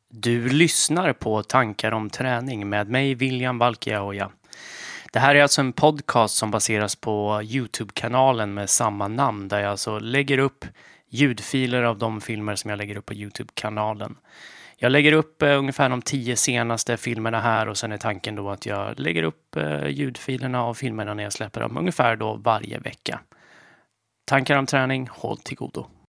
Du lyssnar på Tankar om träning med mig, William Valkeahoja. Det här är alltså en podcast som baseras på YouTube-kanalen med samma namn, där jag alltså lägger upp ljudfiler av de filmer som jag lägger upp på YouTube-kanalen. Jag lägger upp ungefär de 10 senaste filmerna här, och sen är tanken då att jag lägger upp ljudfilerna av filmerna när jag släpper dem ungefär då varje vecka. Tankar om träning, håll till godo.